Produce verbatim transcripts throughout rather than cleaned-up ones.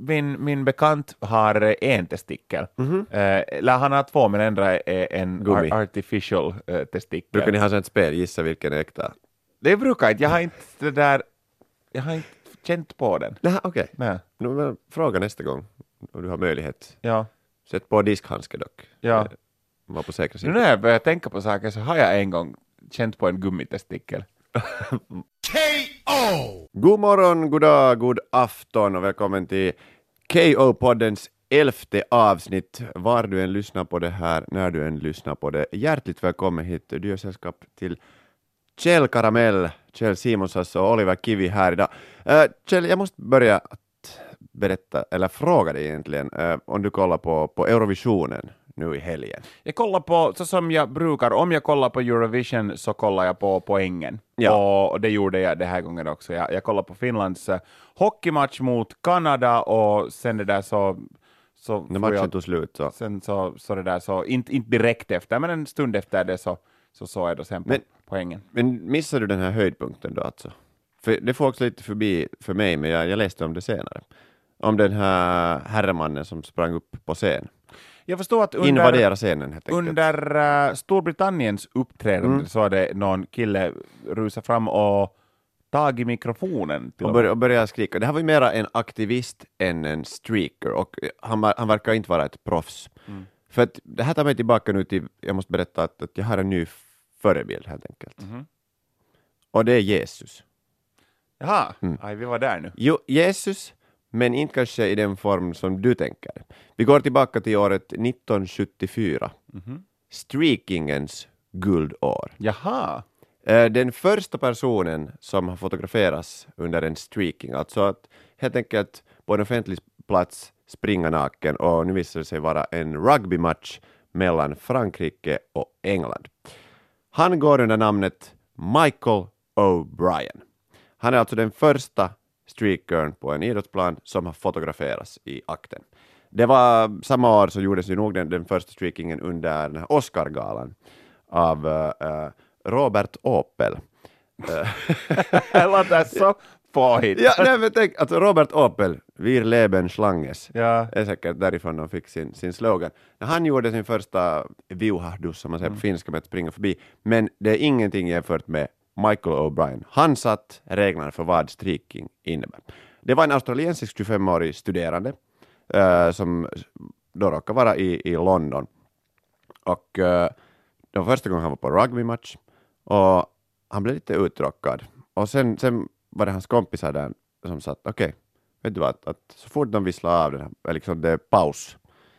min, min bekant har en testikel. Mm-hmm. Eh, eller han har två, men ändå är en ar- artificial eh, testikel. Brukar ni ha sånt spel, gissa vilken är äkta? Det brukar inte, jag har inte det där, jag har inte känt på den. Nej, okej. Okay. Nu fråga nästa gång om du har möjlighet. Ja. Sätt på diskhandske dock. Ja. Var på säkra sidan. Nu när jag börjar tänka på saker så har jag en gång känt på en gummitestikel. K O! God morgon, god dag, god afton och välkommen till K O-poddens elfte avsnitt. Var du än lyssnar på det här, när du än lyssnar på det. Hjärtligt välkommen hit. Du gör sällskap till Kjell Karamell, Kjell Simonsas och Oliver Kivi här idag. Uh, Kjell, jag måste börja att berätta, eller fråga dig egentligen, uh, om du kollar på, på Eurovisionen nu i helgen. Jag kollar på, så som jag brukar, om jag kollar på Eurovision så kollar jag på poängen. Ja. Och det gjorde jag det här gången också. Jag, jag kollar på Finlands uh, hockeymatch mot Kanada och sen det där så... så När matchen jag, tog slut så... Sen så, så det där så, inte, inte direkt efter, men en stund efter det så så såg jag då sen på men, poängen. Men missar du den här höjdpunkten då alltså? För det får också lite förbi för mig, men jag, jag läste om det senare. Om den här herremannen som sprang upp på scen. Jag förstår att under, invadera scenen helt enkelt. Under uh, Storbritanniens uppträdande mm. så var det någon kille rusa fram och tag i mikrofonen. Och, bör, och började skrika. Det här var ju mera en aktivist än en streaker och han, han verkar inte vara ett proffs. Mm. För att det här tar mig tillbaka nu till, jag måste berätta att, att jag har en ny förebild helt enkelt. Mm. Och det är Jesus. Jaha, mm. Aj, vi var där nu. Jo, Jesus, men inte kanske i den form som du tänker. Vi går tillbaka till året nittonhundrasjuttiofyra. Mm. Streakingens guldår. Jaha. Den första personen som har fotograferats under en streaking, alltså att helt enkelt på en offentlig plats springa naken, och nu visar det sig vara en rugbymatch mellan Frankrike och England. Han går under namnet Michael O'Brien. Han är alltså den första streakern på en idrottsplan som har fotograferats i akten. Det var samma år så gjordes ju nog den, den första streakingen under den här Oscar-galan av uh, Robert Opel. Det låter så påhitt. Ja, nej, men tänk, alltså Robert Opel, Wir leben Schlanges, ja. är säkert därifrån de fick sin, sin slogan. När han gjorde sin första viuhahdus, som man säger på mm. finska, med att springa förbi, men det är ingenting jämfört med Michael O'Brien. Han satt reglerna för vad streaking innebär. Det var en australiensisk tjugofemårig studerande uh, som då råkade vara i, i London. Och uh, det var första gången han var på rugbymatch och han blev lite uttråkad. Och sen, sen var det hans kompisar där som sa, okej, okay, vet du vad, att, att så fort de visslar av den här, liksom det är paus,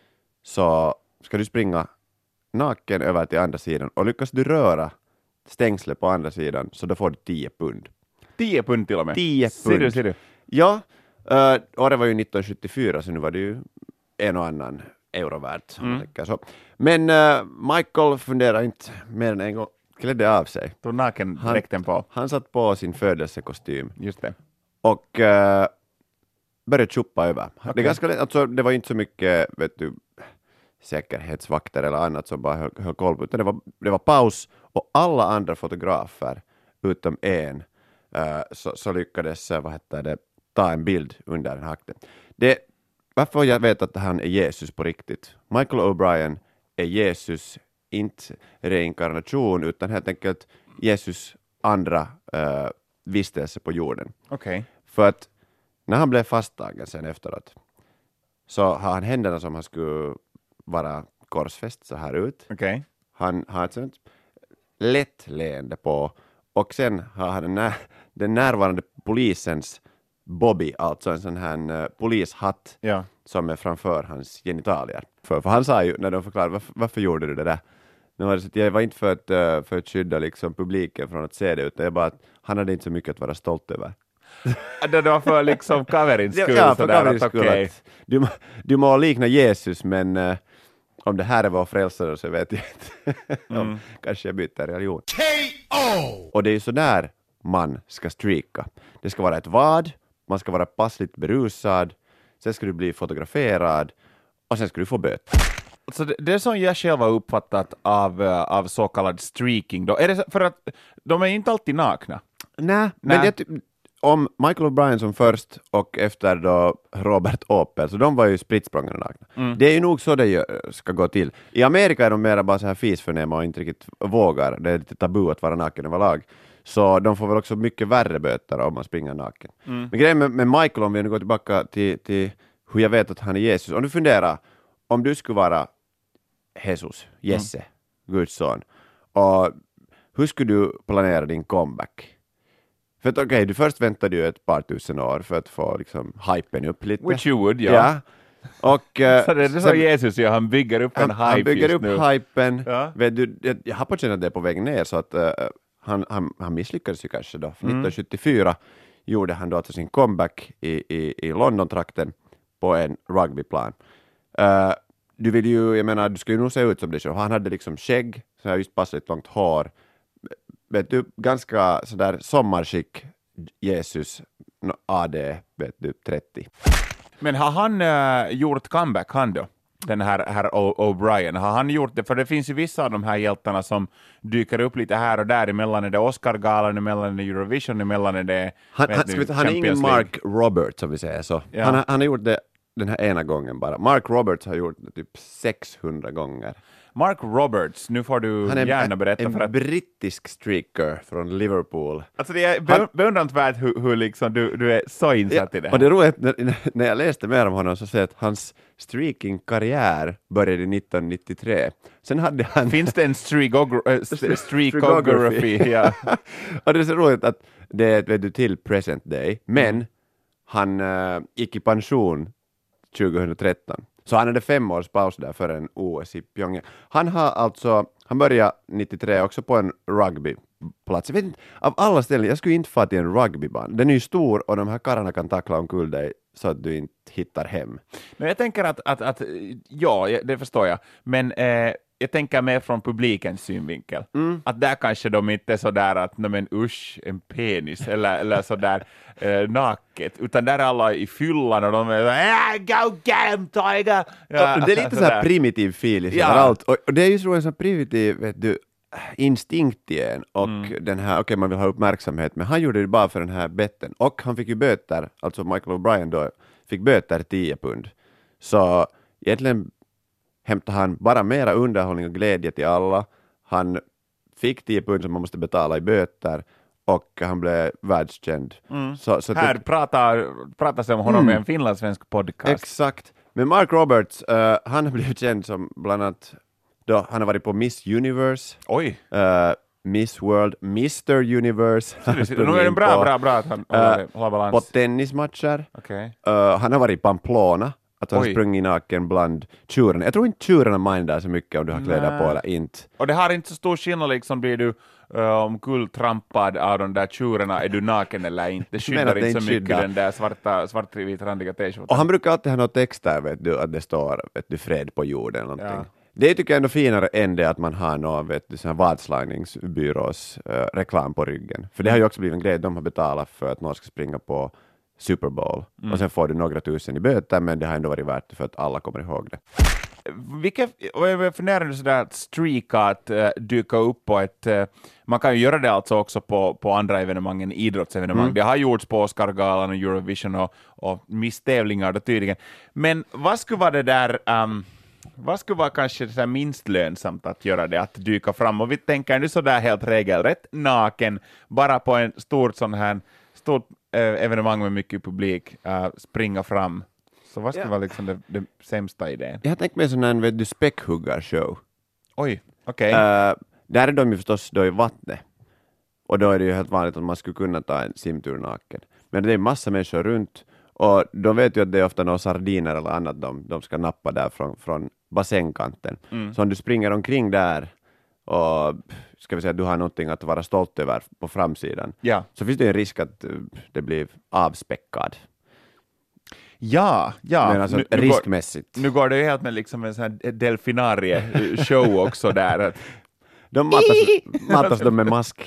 så ska du springa naken över till andra sidan, och lyckas du röra stängslet på andra sidan så då får du tio pund. tio pund till och med? tio pund. Ser du, ser du? Ja, uh, och det var ju nittonhundrasjuttiofyra, så nu var det ju en och annan eurovärt. Mm. Så. Men uh, Michael funderade inte mer än en gång, klädde av sig. Tog naken dräkten på. Han satt på sin födelsekostym. Just det. Och uh, började chuppa över. Okay. Det, ganska, alltså, det var inte så mycket, vet du, säkerhetsvakter eller annat som bara höll, höll koll på. Det var, det var paus, och alla andra fotografer utom en uh, så, så lyckades uh, vad heter det, ta en bild under den akten. Det, varför jag vet att han är Jesus på riktigt? Michael O'Brien är Jesus, inte reinkarnation, utan helt enkelt Jesus andra uh, vistelse på jorden. Okej. Okay. För att när han blev fasttagen sen efteråt så har han händerna som han skulle vara korsfäst så här ut. Okay. Han har ett sånt lätt leende på, och sen har han den, när, den närvarande polisens Bobby, alltså en sån här uh, polishatt ja. Som är framför hans genitalier. För, för han sa ju, när de förklarade varför, varför gjorde du det där? Nu var det så att jag var inte för att, uh, för att skydda liksom publiken från att se det, utan jag bara att han hade inte så mycket att vara stolt över. Det var för liksom coverins skull. Ja, för coverins skull. Okay. Du, du må likna Jesus, men uh, om det här är vår frälsare så vet jag inte. mm. Kanske jag byter religion. K O! Och det är ju så där man ska streaka. Det ska vara ett vad, man ska vara passligt berusad, sen ska du bli fotograferad och sen ska du få böter. Så det, det är som jag själv har uppfattat av, uh, av så kallad streaking då. Är det för att de är inte alltid nakna? Nej, men det, om Michael O'Brien som först och efter då Robert Opel, så de var ju sprittsprångande nakna. Mm. Det är ju nog så det gör, ska gå till. I Amerika är de mera bara så här fisförnäma och inte riktigt vågar. Det är lite tabu att vara naken överlag. Så de får väl också mycket värre böter om man springer naken. Mm. Men grejen med, med Michael, om vi nu går tillbaka till, till hur jag vet att han är Jesus. Om du funderar, om du skulle vara Jesus, Jesse, mm. Guds son, och hur skulle du planera din comeback? För att okej, okay, du först väntade ju ett par tusen år för att få liksom hypen upp lite. Which you would, ja. ja. Och, uh, så det är så sen, Jesus, ja, han bygger upp en han, hype Han bygger just upp nu. hypen. Ja. Vet du, jag, jag har på känna att det är på väg ner, så att uh, han, han, han misslyckades ju kanske då. Mm. nittonhundrasjuttiofyra gjorde han då alltså sin comeback i, i, i London-trakten på en rugbyplan. Uh, du vill ju, jag menar, du ska ju nog se ut som det själv. Han hade liksom skägg, så här just passligt långt hår. Vet du, ganska sådär sommarskick Jesus A D, vet du, trettio. Men har han uh, gjort comeback, han då? Den här, här O'Brien, har han gjort det? För det finns ju vissa av de här hjältarna som dyker upp lite här och där. Emellan är det Oscar-galan, emellan är det Eurovision, emellan är det... Han, han, du, han är ingen Mark Roberts, som vi säger så. Ja. Han, han har gjort det den här ena gången bara. Mark Roberts har gjort det typ sexhundra gånger. Mark Roberts, nu får du han är gärna berätta. En för att... brittisk streaker från Liverpool. Alltså det är be- han... beundransvärt hur, hur liksom du, du är så insatt ja, i det här. Och det är roligt, när, när jag läste mer om honom så ser jag att hans streaking-karriär började nittonhundranittiotre. Sen hade han... Finns det en streakogra- äh, streakography? Ja. Och det är så roligt att det är vet du, till present day, men mm. han äh, gick i pension tjugohundratretton. Så han hade fem års paus där för en O S i Pyongyang. Han har alltså, han började nittiotre också på en rugbyplats. Jag vet inte, av alla ställen, jag skulle inte få till en rugbyband. Den är ju stor och de här karlarna kan tackla omkull dig så att du inte hittar hem. Men jag tänker att, att, att ja, det förstår jag. Men eh, jag tänker mer från publikens synvinkel. Mm. Att där kanske de inte är sådär att, men usch, en penis, eller, eller sådär eh, naket. Utan där är alla i fyllan och de är såhär, go get him, Tiger! Ja, det är lite så här primitiv feeling ja. överallt. Och, och det är ju så en sån primitiv, vet du, instinkt igen. Och mm. den här, okej okay, man vill ha uppmärksamhet, men han gjorde det bara för den här betten. Och han fick ju böter, alltså Michael O'Brien då, fick böter tio pund. Så egentligen hämtade han bara mera underhållning och glädje till alla. Han fick tio pund som man måste betala i böter och han blev världskänd. Mm. Så, så här det... pratar, pratar sig om honom mm. i en finlandssvensk podcast. Exakt. Men Mark Roberts, uh, han har blivit känd som bland annat, då, han har varit på Miss Universe. Oj. Uh, Miss World, mister Universe. Nu är det bra, bra, bra att han håller, håller balans. På tennismatcher. Okay. Uh, han har varit i Pamplona. Att han sprungit naken bland tjurarna. Jag tror inte tjurarna mindar så mycket om du har kläder Nej. på eller inte. Och det har inte så stor skillnad liksom, blir du uh, omkulltrampad av de där tjurarna, är du naken eller inte. Det skyddar inte så mycket skyddar. Den där svarta, svartvitrandiga t-shirten. Och han brukar alltid ha något text där, vet du, att det står vet du, fred på jorden eller någonting. Ja. Det tycker jag ändå finare än det att man har någon vet du, sån här vadslagningsbyrås uh, reklam på ryggen. För det har ju också blivit en grej, de har betalat för att någon ska springa på Super Bowl. Mm. Och sen får du några tusen i böter, men det har ändå varit värt det för att alla kommer ihåg det. Vilka, och jag funderar nu sådär att streaka att uh, dyka upp på ett, uh, man kan ju göra det alltså också på, på andra evenemang än idrottsevenemang. Mm. Det har gjorts på Oscar-galan och Eurovision och, och misstävlingar då tydligen. Men vad skulle vara det där, um, vad skulle vara kanske så minst lönsamt att göra det, att dyka fram? Och vi tänker nu sådär helt regelrätt naken, bara på en stort sån här, stort evenemang med mycket publik, uh, springa fram. Så vad skulle ja. vara liksom det, det sämsta idén? Jag har tänkt mig sån här, vet du, späckhuggarshow. Oj, okej. Okay. Uh, där är de ju förstås då i vattnet. Och då är det ju helt vanligt att man skulle kunna ta en simtur naken. Men det är massa människor runt. Och de vet ju att det är ofta några sardiner eller annat de, de ska nappa där från, från bassängkanten. Mm. Så om du springer omkring där och ska vi säga att du har någonting att vara stolt över på framsidan, ja. så finns det en risk att det blir avspäckad. Ja, ja. Men alltså nu, riskmässigt. Nu går, nu går det ju helt med liksom en sån här delfinarie-show också där. De matas, matas de med mask.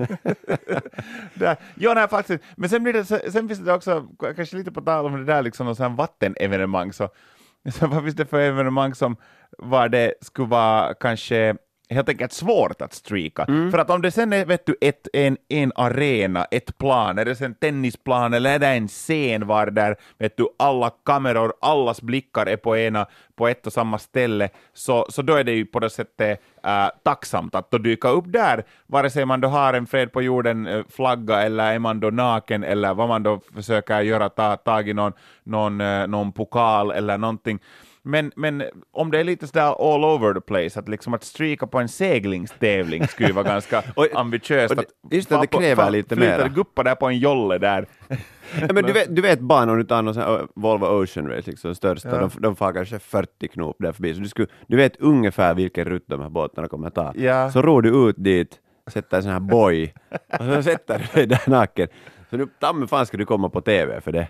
där. Ja, nej, faktiskt. Men sen, blir det, sen finns det också, kanske lite på tal om det där, liksom någon sån här vattenevenemang. Så, så vad finns det för evenemang som var det skulle vara kanske helt enkelt svårt att streaka. Mm. För att om det sen är, vet du, ett, en, en arena, ett plan, är det sen tennisplan eller är det en scen var där, vet du, alla kameror, allas blickar är på ena, på ett och samma ställe, så, så då är det ju på det sättet äh, tacksamt att då dyka upp där, vare sig man då har en fred på jorden äh, flagga eller är man då naken eller vad man då försöker göra, ta tag i någon, någon, äh, någon pokal eller någonting. Men, men om det är lite sådär all over the place, att liksom att streaka på en seglingstävling skulle vara ganska och, ambitiöst. Och det, just det, det kräver på, lite mer. Guppa där på en jolle där. Ja, men du vet, du vet bara om du tar någon sån Volvo Ocean Race, liksom största, ja. de, de får kanske fyrtio knop där förbi, så du, skulle, du vet ungefär vilken rutt de här båtarna kommer att ta. Ja. Så ror du ut dit, sätter en sån här boj, och så sätter du dig där naken. Så nu, tammen fan ska du komma på T V för det.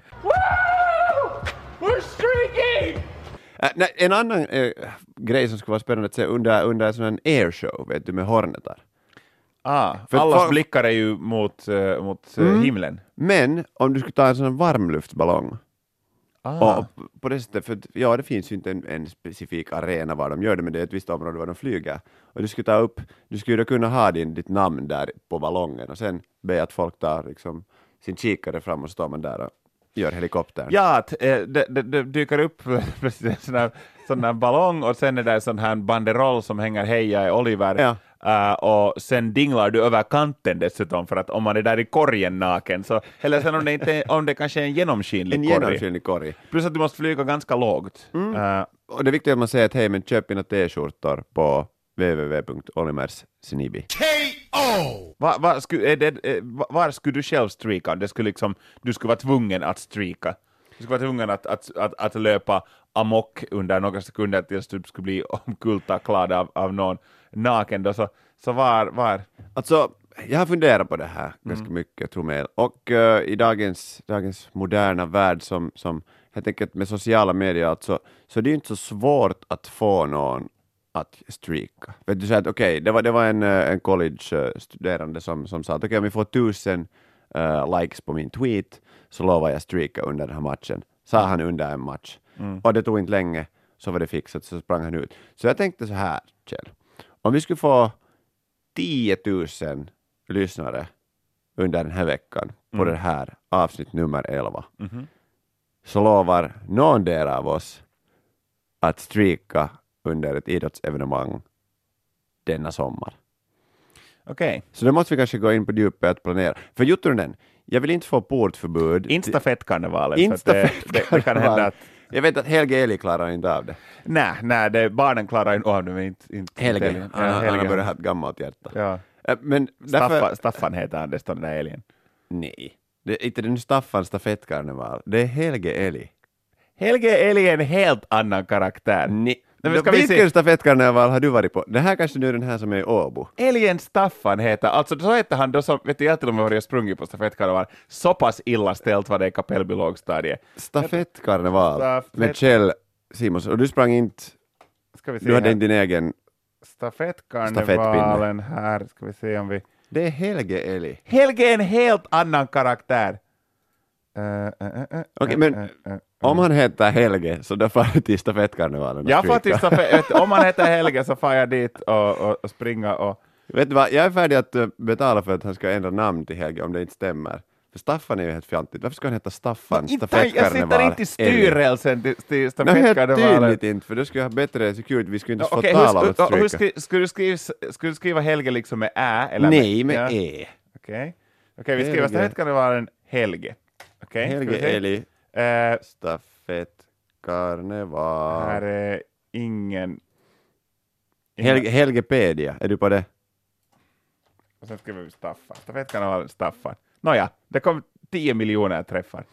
We're streaking! Äh, nej, en annan äh, grej som skulle vara spännande att se under, under en sån här airshow, vet du, med hornetar. Ah, för allas för, blickar är ju mot, uh, mot uh, mm, himlen. Men om du skulle ta en sån här varmluftsballong, ah. och på det sättet, för ja, det finns ju inte en, en specifik arena var de gör det, men det är ett visst område var de flyger. Och du skulle ta upp, du skulle kunna ha din, ditt namn där på ballongen och sen be att folk tar liksom sin kikare fram och så står man där och gör helikoptern. Ja, att eh, det, det, det dyker upp precis en sån här, sån här ballong och sen är det en sån här banderoll som hänger heja i Oliver. Ja. Uh, och sen dinglar du över kanten dessutom, för att om man är där i korgen naken så, eller sen om det, inte, om det kanske är en genomskinlig en korg. genomskinlig korg. Plus att du måste flyga ganska lågt. Mm. Uh, och det är viktigt att man säger att hej, men köp dina t-skjortor på w w w punkt olimers snibi. K O! Va, va, sku, är det, eh, va, var skulle du själv streaka? Det skulle liksom, du skulle vara tvungen att streaka. Du skulle vara tvungen att, att, att, att löpa amok under några sekunder tills du skulle bli omkulltaklad av, av någon naken då, så, så var, var? Alltså, jag har funderat på det här ganska mm. mycket, tror jag. Och uh, i dagens, dagens moderna värld som, som helt enkelt med sociala medier, alltså, så det är inte så svårt att få någon att streaka. Vet du, så att okej, okay, det var, det var en, en college-studerande som, som sa att okej, okay, om vi får tusen uh, likes på min tweet så lovar jag streaka under den här matchen. Sa han under en match. Mm. Och det tog inte länge, så var det fixat, så sprang han ut. Så jag tänkte så här, Kjell. Om vi skulle få tio tusen lyssnare under den här veckan på mm. det här avsnitt nummer elva, mm-hmm. så lovar någon del av oss att streaka under ett idrottsevenemang denna sommar. Okej. Okay. Så då måste vi kanske gå in på djupet att planera. För Juttunen, jag vill inte få portförbud. Instafettkarnevalen. Instafettkarnevalen. Det, det kan hända att... Jag vet att Helge Eli klarar inte av det. Nej, nej, det, barnen klarar inte av det, men inte, inte Helge. Helge. Han, ja, han har börjat ha ett gammalt hjärta. Ja. Men därför... Staffan, Staffan heter han, det står den där Elien. Nej, det är inte den Staffan stafettkarneval. Det är Helge Eli. Helge Eli är en helt annan karaktär. Nej. Nej, men vilken se... stafettkarneval har du varit på? Det här kanske nu är den här som är i Åbo. Elien Staffan heter, alltså så heter han då som, vet du, jag till och med var jag sprungit på stafettkarneval. Så pass illa ställt var det i Kapellby lågstadie. Stafettkarneval Stafett... med Kjell Simons. Och du sprang inte, ska vi se du hade här. Inte din egen stafettkarnevalen här, ska vi se om vi... Det är Helge Eli. Helge är en helt annan karaktär. Uh, uh, uh, uh, Okej, okay, men... Uh, uh, uh. Om han heter Helge så då får du till stafettkarnevalen. Jag får till stafett, om han heter Helge så får jag dit och, och, och springa och... Vet du vad, jag är färdig att betala för att han ska ändra namn till Helge om det inte stämmer. För Staffan är ju helt fjantigt. Varför ska han heta Staffan? Stafettkarneval. Jag sitter inte i styrelsen till, till stafettkarnevalen. Nej, helt tydligt inte, för då skulle jag ha bättre security. Vi skulle inte no, få okay, tala om att stryka. Hur skulle, skulle, du skriva, skulle du skriva Helge liksom med ä? Eller Nej, med, med ja. e. Okej, okay. okay, vi skriver stafettkarnevalen Helge. Okay, Helge Eli. Uh, Stafettkarneval. Här är ingen... ingen... Helge, Helgepedia, är du på det? Och sen skriver vi Staffan. Stafettkarnevalen Staffan. Nåja, det kom tio miljoner träffar.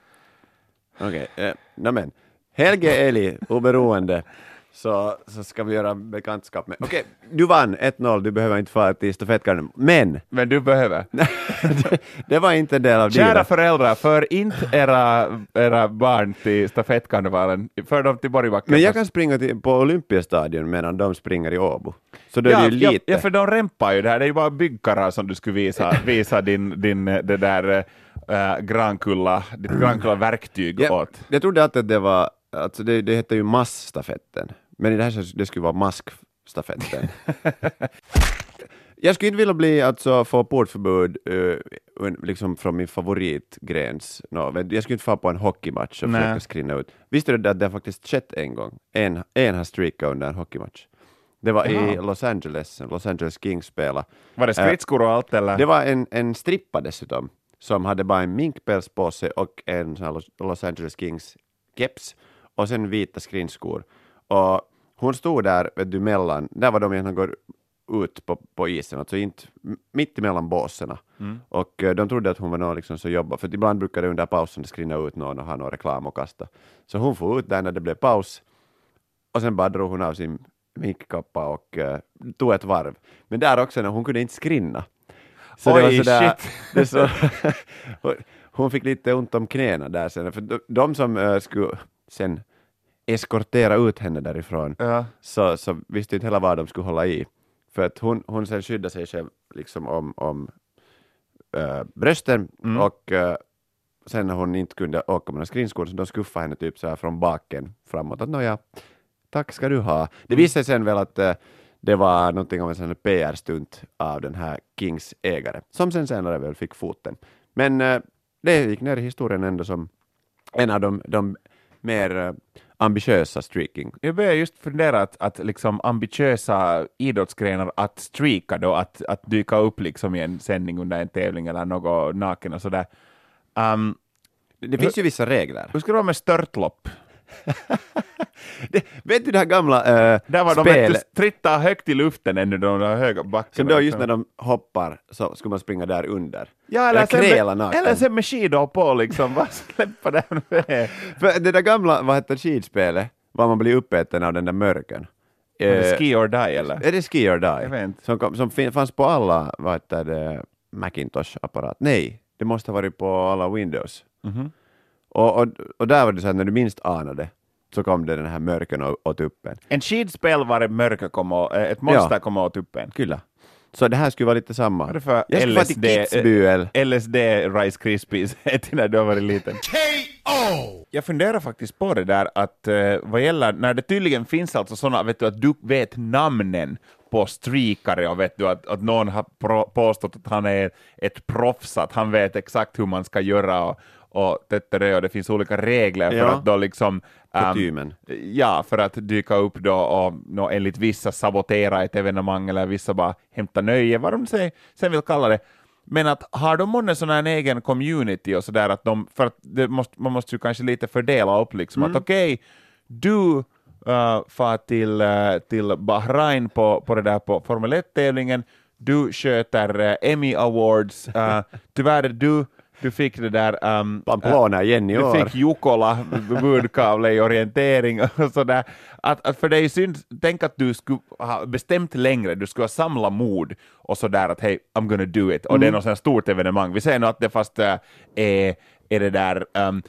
Okej, okay, eh, no, men Helge Eli, oberoende, så, så ska vi göra bekantskap med. Okej, okay, du vann ett noll, du behöver inte fara till stafettkarnevalen, men... Men du behöver. det, det var inte en del av det. Kära föräldrar, för inte era, era barn till stafettkarnevalen, för dem till Borgbacken. Men jag kan springa till, på Olympiastadion medan de springer i Åbo. Så då ja, är det ju ja, lite. ja, för de rempar ju det här, det är ju bara byggkarar som du skulle visa, visa din, din, det där äh, Grankulla, ditt Grankulla verktyg ja, åt. Jag trodde alltid att det var, alltså det, det heter ju massstafetten. Men i det här så det skulle vara maskstafetten. stafetten. Jag skulle inte vilja bli, alltså, få portförbud uh, liksom från min favoritgrens. No, jag skulle inte få på en hockeymatch och Nej. försöka skrinna ut. Visste du att det har faktiskt skett en gång? En, en har streakat under en hockeymatch. Det var Jaha. i Los Angeles, Los Angeles Kings spela. Var det skridskor och allt eller? Det var en, en strippa dessutom, som hade bara en minkpäls på sig och en sån här Los, Los Angeles Kings keps och sen vita skridskor. Och hon stod där, vet du, mellan, där var de gärna går ut på, på isen, alltså inte mitt emellan båserna. Mm. Och uh, de trodde att hon var någon liksom så jobba, för ibland brukade under pausen skrinna ut någon och ha någon reklam och kasta. Så hon får ut där när det blev paus och sen bara drog hon av sin minkkappa och uh, tog ett varv. Men där också, när hon kunde inte skrinna. Så Oj, det var sådär, shit. det så, hon fick lite ont om knäna där sen, för de, de som uh, skulle sen eskortera ut henne därifrån, Ja. så, så visste inte heller vad de skulle hålla i. För att hon, hon sen skyddade sig själv liksom om, om äh, brösten Mm. och äh, sen när hon inte kunde åka med skridskor så de skuffade henne typ så här från baken framåt. Att nåja, tack ska du ha. Det visade sig sen väl att äh, det var någonting av en sån P R-stunt av den här Kings ägare som sen senare väl fick foten. Men äh, det gick ner i historien ändå som en av de, de mer äh, ambitiösa streaking. Jag börjar just fundera att, att liksom ambitiösa idrottsgrenar att streaka då, att, att dyka upp liksom i en sändning under en tävling eller något naken och sådär. Um, Det finns ju vissa regler. hur ska det vara med störtlopp? det, vet du det här gamla äh, Där var de spelet? inte stritta högt i luften ännu de där höga backarna. Så då just när de hoppar så ska man springa där under. Ja, eller, sen kräla med, naken. eller sen med skidor på liksom, bara släppa den med. För det där gamla, vad heter skidspelet, var man blir uppäten av den där mörken. Var det Eh, ski or die eller? Är det Ski or Jag Die? vet inte. Som, kom, som fin, fanns på alla, vad heter det, Macintosh-apparat. Nej, det måste ha varit på alla Windows. Mhm. Och, och, och där var det så att när du minst anade så kom det den här mörken och, åt upp en. En skidspel var det mörka kom och, eh, ett monster Ja. kom åt upp en. Kyllä. Så det här skulle vara lite samma. Vad är det för Jag skulle vara till L S D, Kitzbühel. L S D Rice Krispies när du har varit liten. K O! Jag funderar faktiskt på det där att uh, vad gäller, när det tydligen finns alltså sådana, vet du, att du vet namnen på streakare och vet du att, att någon har pro- påstått att han är ett proffs, att han vet exakt hur man ska göra och, och, det, och det finns olika regler för Ja. att då liksom um, Kutymen. ja, för att dyka upp då och no, enligt vissa sabotera ett evenemang eller vissa bara hämta nöje, vad de säger, sen vill kalla det. Men att har de månne sån här en egen community och sådär att de, för att det måste, man måste ju kanske lite fördela upp liksom Mm. att okej, okay, du uh, far till, uh, till Bahrain på, på det där på Formel ett-tävlingen, du sköter uh, Emmy Awards, uh, tyvärr du Du fick det där... Um, Pamplona igen i du år. fick Jukola budkavle i orientering och sådär. Att, att för dig är synd, tänk att du skulle ha bestämt längre, du skulle ha samlat mod och sådär att hej, I'm gonna do it. Och Mm. det är något sånt här stort evenemang. Vi säger nog att det fast äh, är, är det där um,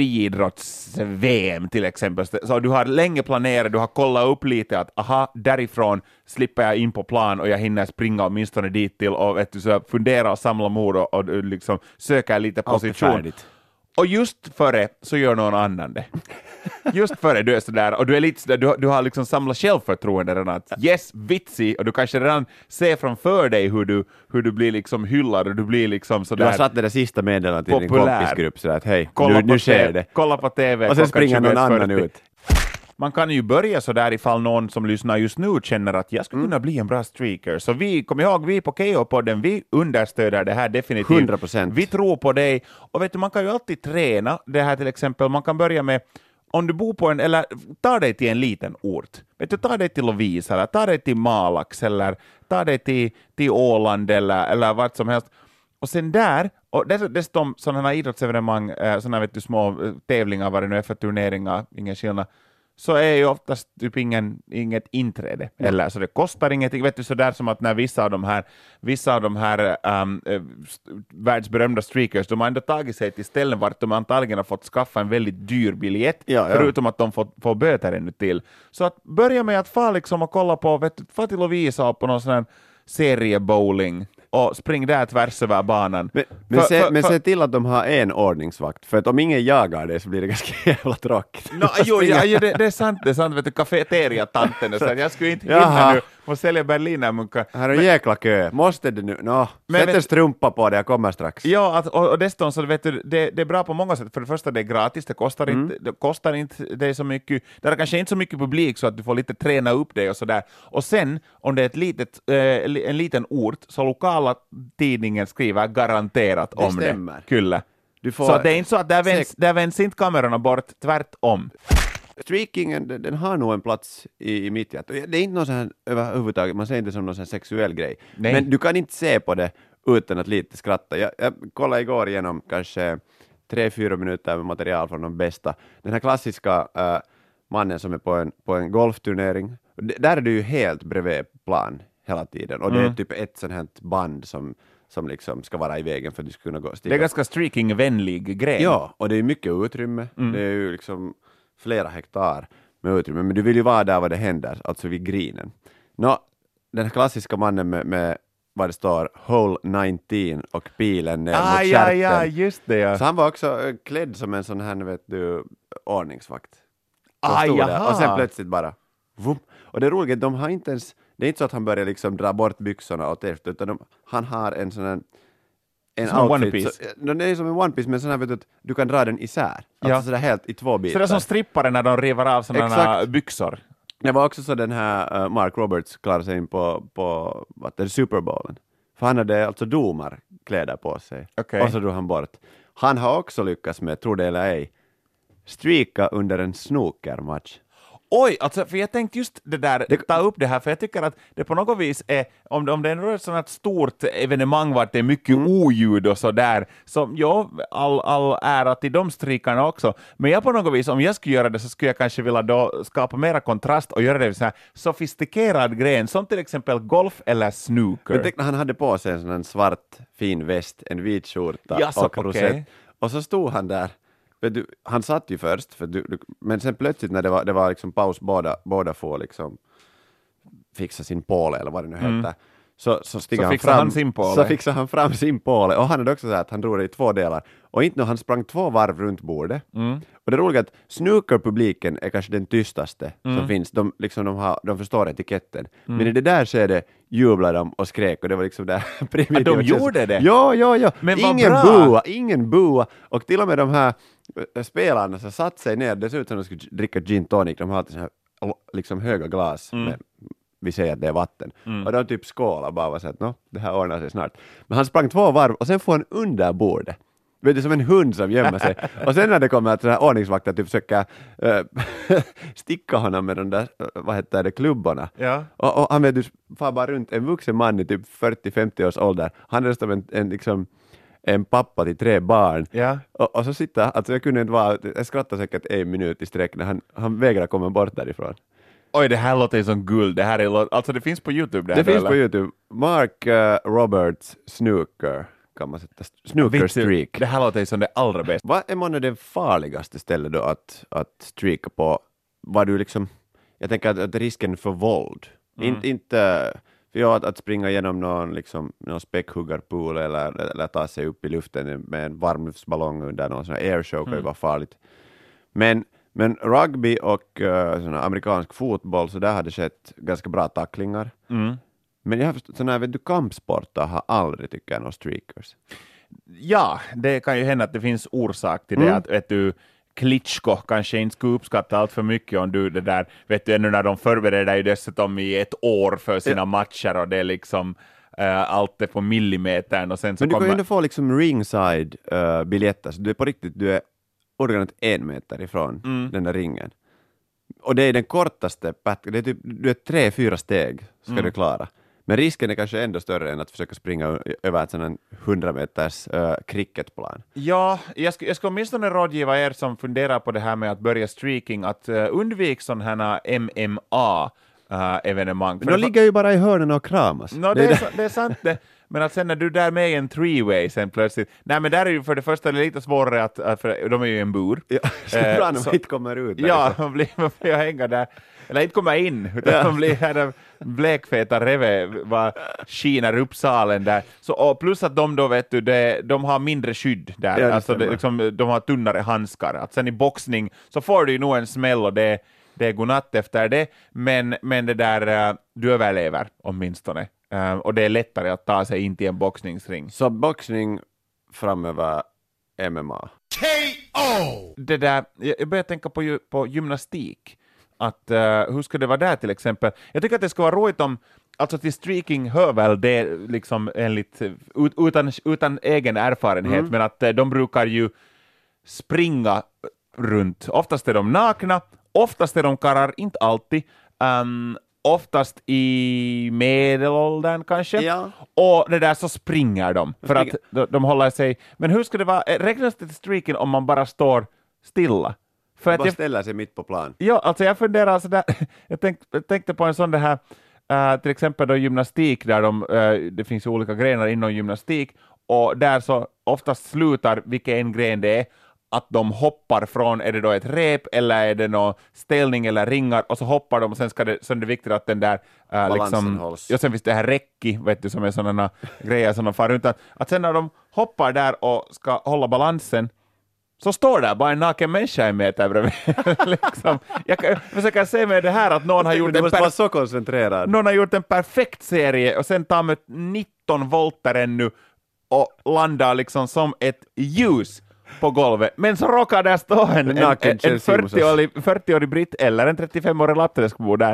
friidrotts-V M till exempel. Så du har länge planerat, du har kollat upp lite att aha, därifrån slipper jag in på plan och jag hinner springa åtminstone dit till och vet du, så fundera och samla mod och, och liksom söka lite Allt är position. färdigt. Och just före så gör någon annan det. Just före du är sådär, och du är lite sådär, du, du har liksom samlat självförtroende redan att yes, vitsig, och du kanske redan ser framför dig hur du, hur du blir liksom hyllad och du blir liksom Du har sådär satt det där sista meddelandet till din populär. kompisgrupp så att hej, kolla, nu, på nu sker T V, det. kolla på T V Och sen klockan springer någon tjugoett annan fyrtio. ut. Man kan ju börja så där ifall någon som lyssnar just nu känner att jag skulle kunna bli en bra streaker. Så vi, kom ihåg, vi på K O-podden, vi understöder det här definitivt. hundra procent. Vi tror på dig. Och vet du, man kan ju alltid träna det här till exempel. Man kan börja med, om du bor på en, eller ta dig till en liten ort. Vet du, ta dig till Lovisa, eller ta dig till Malax, eller ta dig till, till Åland, eller, eller vart som helst. Och sen där, och dessutom sådana här idrottsevenemang, sådana vet du, små tävlingar, vad det nu är för turneringar, ingen skillnad, så är ju oftast typ ingen, inget inträde. Ja. Eller så det kostar ingenting. Vet du, så där som att när vissa av de här, vissa av de här um, världsberömda streakers, de har ändå tagit sig till ställen vart de antagligen har fått skaffa en väldigt dyr biljett, Ja, ja. förutom att de får, får böter ännu till. Så att börja med att få liksom och kolla på, vet du, få till Lovisa på någon sån här seriebowling. och spring där tvärs över banan. Men, men, för, se, för, men för, se till att de har en ordningsvakt, för att om ingen jagar det så blir det ganska jävla tråkigt. No, jo, ja, ja, det, det är sant, det är sant, vet du, kafeteriatanten, så jag skulle inte hinna Jaha. nu och sälja berlinermunkar. Här är en jäkla kö, måste det nu? Nå, Men- sätt en men- strumpa på det, jag kommer strax. Ja, att, och, och dessutom så vet du, det, det är bra på många sätt. För det första, det är gratis, det kostar, Mm. inte, det kostar inte dig så mycket. Det är kanske inte så mycket publik så att du får lite träna upp dig och sådär. Och sen, om det är ett litet, eh, en liten ort, så lokala tidningen skriver garanterat Det om stämmer. det. Kyllä. Du får Så att det är inte så att där vänds, säk- där vänds inte kamerorna bort, tvärtom. Streakingen, den, den har nog en plats i, i mitt hjärta. Det är inte någon sån här överhuvudtaget, man ser inte som någon sån här sexuell grej. Nej. Men du kan inte se på det utan att lite skratta. Jag, jag kollade igår igenom kanske tre, fyra minuter med material från de bästa. Den här klassiska äh, mannen som är på en, på en golfturnering. D- där är du ju helt bredvid plan hela tiden. Och det är Mm. typ ett sånt här band som, som liksom ska vara i vägen för att du ska kunna gå och Det stiga. är ganska streaking-vänlig grej. Ja, och det är mycket utrymme. Mm. Det är ju liksom flera hektar med utrymme. Men du vill ju vara där vad det händer, alltså vid grinen. Nå, den här klassiska mannen med, med vad det står, hole nitton och pilen ner Ah, mot ja, stjärten. ja, just det, ja. Så han var också äh, klädd som en sån här, vet du, ordningsvakt. Som Ah, stod där. jaha. Och sen plötsligt bara, vum. Och det är roligt, de har inte ens, det är inte så att han börjar liksom dra bort byxorna åt efter, utan de, han har en sån här en Som en outfit, One Piece. Så, ja, det är som en One Piece, men sån här vet du, att du kan dra den isär. Alltså Ja. sådär helt i två bitar. Så det är som strippare när de river av sådana Exakt. byxor. Det var också så den här uh, Mark Roberts klarade sig in på, på vad det är, Super Bowlen. För han hade alltså domarkläder på sig. Okej. Och så drog han bort. Han har också lyckats med, tror det eller ej, streaka under en snookermatch. Oj, alltså, för jag tänkte just det där, Det- ta upp det här, för jag tycker att det på något vis är, om det, om det är ett sådant här stort evenemang vart det är mycket Mm. oljud och så där, så ja, all, all ära till de strikarna också, men jag på något vis, om jag skulle göra det så skulle jag kanske vilja då skapa mera kontrast och göra det i så här sofistikerad gren, som till exempel golf eller snooker. Men tänk när han hade på sig en sån här svart fin väst, en vit skjorta Ja, så, och okej. rosett. Och så stod han där. Vet du, han satt ju först, för du, du, men sen plötsligt när det var, det var liksom paus, båda, båda får liksom fixa sin påle eller vad det nu heter. Så, så, stiger Så han fixar fram, han sin påle. Så fixar han fram sin påle. Och han hade också så här att han drog det i två delar. Och inte när han sprang två varv runt bordet. Mm. Och det roliga är att snookerpubliken är kanske den tystaste Mm. som finns. De, liksom, de, har, de förstår etiketten. Men i det där skedet jublade de och skrek och det var liksom där primitiva Ah, de känslor. gjorde det? Ja, ja, ja. Men vad ingen bra. bua, ingen bua. Och till och med de här äh, spelarna som satt sig ner, det ser ut som de skulle dricka gin tonic. De har alltid så här liksom höga glas Mm. med, vi säger att det är vatten. Och de typ skålar bara och säger att nå, det här ordnar sig snart. Men han sprang två varv och sen får han under bordet. Vet du, som en hund som gömmer sig. Och sen när det kommer att den här ordningsvakten typ försöker äh, sticka honom med de där, äh, vad heter det, klubborna. Ja. Och, och han vet du, far bara runt en vuxen man i typ fyrtio femtio års ålder. Han är som en, en, liksom, en pappa till tre barn. Ja. Och, och så sitter, alltså jag kunde inte vara, jag skrattade säkert en minut i sträck när han, han vägrar komma bort därifrån. Oj, det här låter ju som guld. Det här är, lå- alltså det finns på YouTube. Det, Det här, finns eller? på YouTube. Mark uh, Roberts snooker, kan man sätta, snooker Vittu, streak. Det här låter ju som det allra bästa. Vad är månne det farligaste stället då att, att streaka på? Var du liksom, jag tänker att, att risken för våld, Mm. inte, inte för jag att, att springa igenom någon, liksom, någon späckhuggarpool eller, eller ta sig upp i luften med en varmluftsballong under någon sån här airshow kan ju Mm. vara farligt. Men, men rugby och uh, sån här amerikansk fotboll, så där har det skett ganska bra tacklingar. Mm. Men jag har förstått, sådana här, vet du, kampsporter har aldrig, tycker jag, några streakers. Ja, det kan ju hända att det finns orsak till det, Mm. att vet du, Klitschko kanske inte skulle uppskatta allt för mycket om du det där, vet du, ännu när de förbereder ju dessutom i ett år för sina matcher och det är liksom uh, allt är på millimetern och sen så Men du kan kommer... ju ändå få liksom ringside uh, biljetter, så du är på riktigt, du är ordagrant en meter ifrån Mm. den där ringen. Och det är den kortaste pat- det är typ, du är tre, fyra steg ska Mm. du klara. Men risken är kanske ändå större än att försöka springa ö- över ett sådant hundra meters uh, cricketplan. Ja, jag ska, jag ska åtminstone rådgiva er som funderar på det här med att börja streaking, att uh, undvik sådana här M M A-evenemang. Men de ligger ju bara i hörnen och kramas. No, Det det, är är, det- så- det är sant det. men att sen när du är där med i en three-way sen plötsligt, nej men där är ju för det första lite svårare att, att för de är ju i en bur. Ja, så Eh, bra när så- man inte kommer ut. Ja, man blir, man blir hänga där. Eller inte komma in, utan Ja. man blir här där blekfeta reve, vad skiner upp salen där. Så, och plus att de då, vet du, det, de har mindre skydd där. Ja, det alltså det, stämmer. liksom, de har tunnare handskar. Att sen i boxning så får du ju nog en smäll och det, det är godnatt efter det. Men, men det där, eh, du överlever åtminstone. Eh, och det är lättare att ta sig in till en boxningsring. Så boxning framöver M M A. Det där, jag jag börjar tänka på, ju- på gymnastik. Att, uh, hur ska det vara där till exempel? Jag tycker att det ska vara roligt om, alltså till streaking hör väl det liksom enligt, ut, utan, utan egen erfarenhet, Mm. men att uh, de brukar ju springa runt. Oftast är de nakna, oftast är de karlar, inte alltid. Um, oftast i medelåldern kanske. Ja. Och det där så springer de, för att springer. de, de håller sig. Men hur ska det vara, räknas det till streaken om man bara står stilla? För att Bara jag, ställer sig mitt på plan. ja, alltså jag funderar sådär, jag, tänk, jag tänkte på en sån det här, uh, till exempel då gymnastik, där de, uh, det finns ju olika grenar inom gymnastik, och där så oftast slutar, vilken en gren det är, att de hoppar från, är det då ett rep, eller är det någon ställning eller ringar, och så hoppar de, och sen ska det, sen är det viktigt att den där, uh, Balansen liksom, hålls. ja, sen finns det här räcki, vet du, som är sådana grejer som de far runt, att, att sen när de hoppar där och ska hålla balansen, så står där bara en naken människa en meter bredvid. liksom. Jag kan- jag försöker se med det här att någon har, gjort Du en måste per- vara så koncentrerad. någon har gjort en perfekt serie och sen tar med nitton volter ännu och landar liksom som ett ljus på golvet. Men så råkar där stå en, en, naken en, en Chelsea Moses. fyrtio-årig, fyrtio-årig britt eller en trettiofem-årig lappträskbo där.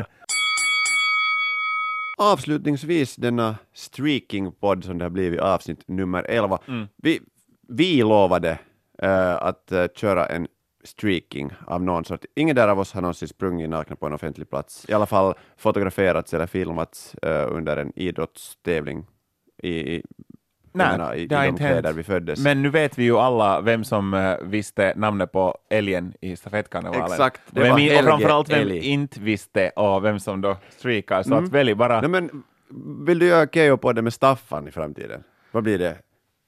Avslutningsvis denna streaking-podd som det har blivit avsnitt nummer elva. Mm. Vi, vi lovade eh, att eh, köra en streaking av någon sort. Ingen där av oss har någonsin sprungit nakna på en offentlig plats. I alla fall fotograferats eller filmats eh, under en idrottstävling i, i, Nej, jag menar, i, i det har de inte kläder hänt. vi föddes. Men nu vet vi ju alla vem som uh, visste namnet på älgen i stafettkarnevalen. Exakt, det och, vem, var och Helge framförallt vem Älg. inte visste och vem som då streakar. Så att välj bara... Nej, men vill du göra Keyyo på det med Staffan i framtiden? Vad blir det?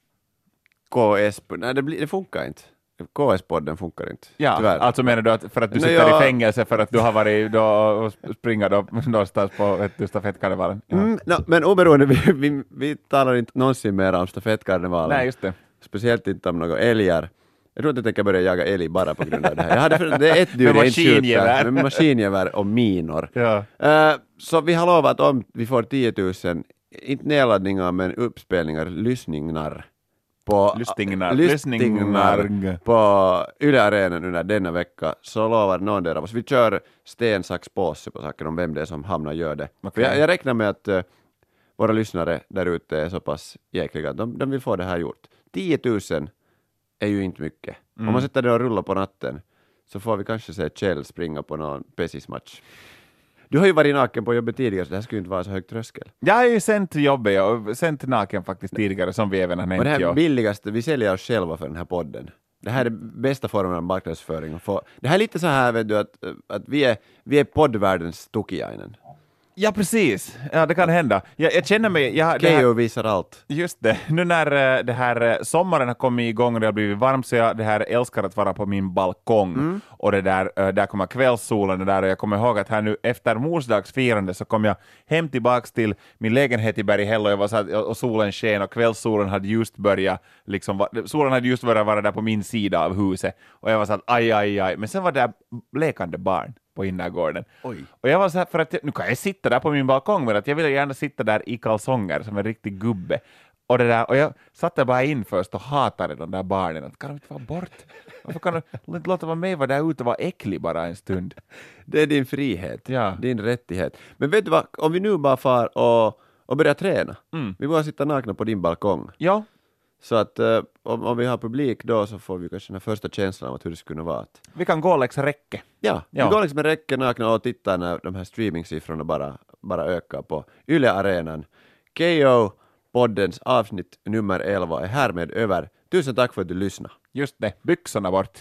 K S? Nej, det, blir, det funkar inte. K S-podden funkar inte. Ja, Tyvärr. alltså menar du att för att du Nej, sitter jag- i fängelse för att du har varit då och springer då någonstans på vet du, stafettkarnevalen? Ja. Mm, no, men oberoende, vi, vi, vi talar inte någonsin mer om stafettkarnevalen. Nej, just det. Speciellt inte om några älgar. Jag tror att jag tänker börja jaga älg bara på grund av det här. Jag hade, för- det är ett djur Med jag inte skjuter, maskingevär. med maskingevär och minor. Ja. Eh, så vi har lovat om vi får tio tusen, inte nedladdningar men uppspelningar, lyssningar på, Lystingnar. lystingnar Lystingnar. på Yle Arenan under denna vecka, så lovar någon där av oss. Vi kör sten, sax, påse på saken om vem det är som hamnar gör det. För Okej. jag, jag räknar med att eh, våra lyssnare där ute är så pass jäkliga att de, de vill få det här gjort. tio tusen är ju inte mycket. Mm. Om man sätter det och rullar på natten så får vi kanske se Kjell springa på någon Pessis-match. Du har ju varit naken på jobbet tidigare så det här skulle inte vara så hög tröskel. Jag har ju sänt jobbet och sänt naken faktiskt tidigare som vi även har Och det nämnt. här Ja. billigaste, vi säljer oss själva för den här podden. Det här är bästa formen av marknadsföring. att få- Det här är lite så här vet du, att, att vi är, vi är poddvärldens Tukiainen. ja, precis. Ja, det kan hända. Jag, jag känner mig... Jag, det här- Keyyo visar allt. Just det. Nu när eh, det här eh, sommaren har kommit igång och det har blivit varmt så jag det här älskar att vara på min balkong. Mm. Och det där, eh, där kommer kvällssolen och där och jag kommer ihåg att här nu efter morsdagsfirande så kom jag hem tillbaks till min lägenhet i Berghäll och, jag var så här, och solen sken och kvällssolen hade just börjat liksom, va- solen hade just börjat vara där på min sida av huset och jag var så att aj, aj, aj. Men sen var det där lekande barn på innergården. Oj. Och jag var så här, för att jag, nu kan jag sitta där på min balkong, men att jag ville gärna sitta där i kalsonger som en riktig gubbe. Och, det där, och jag satte bara in först och hatade de där barnen. Att, kan de inte vara bort? Varför kan de inte låta mig vara där ute och vara äcklig bara en stund? Det är din frihet, Ja. din rättighet. Men vet du vad, om vi nu bara far och, och börjar träna. Mm. Vi bara sitta nakna på din balkong. Ja, Så att eh, om, om vi har publik då så får vi kanske den första känslan av att hur det skulle kunna vara. Att, vi kan gå och läxa räcke. ja, Ja. vi går liksom med räcken nakna och tittar när de här streamingsiffrorna bara, bara ökar på Yle Arenan. Keyyo poddens avsnitt nummer elva är härmed över. Tusen tack för att du lyssnade. Just det, byxorna bort.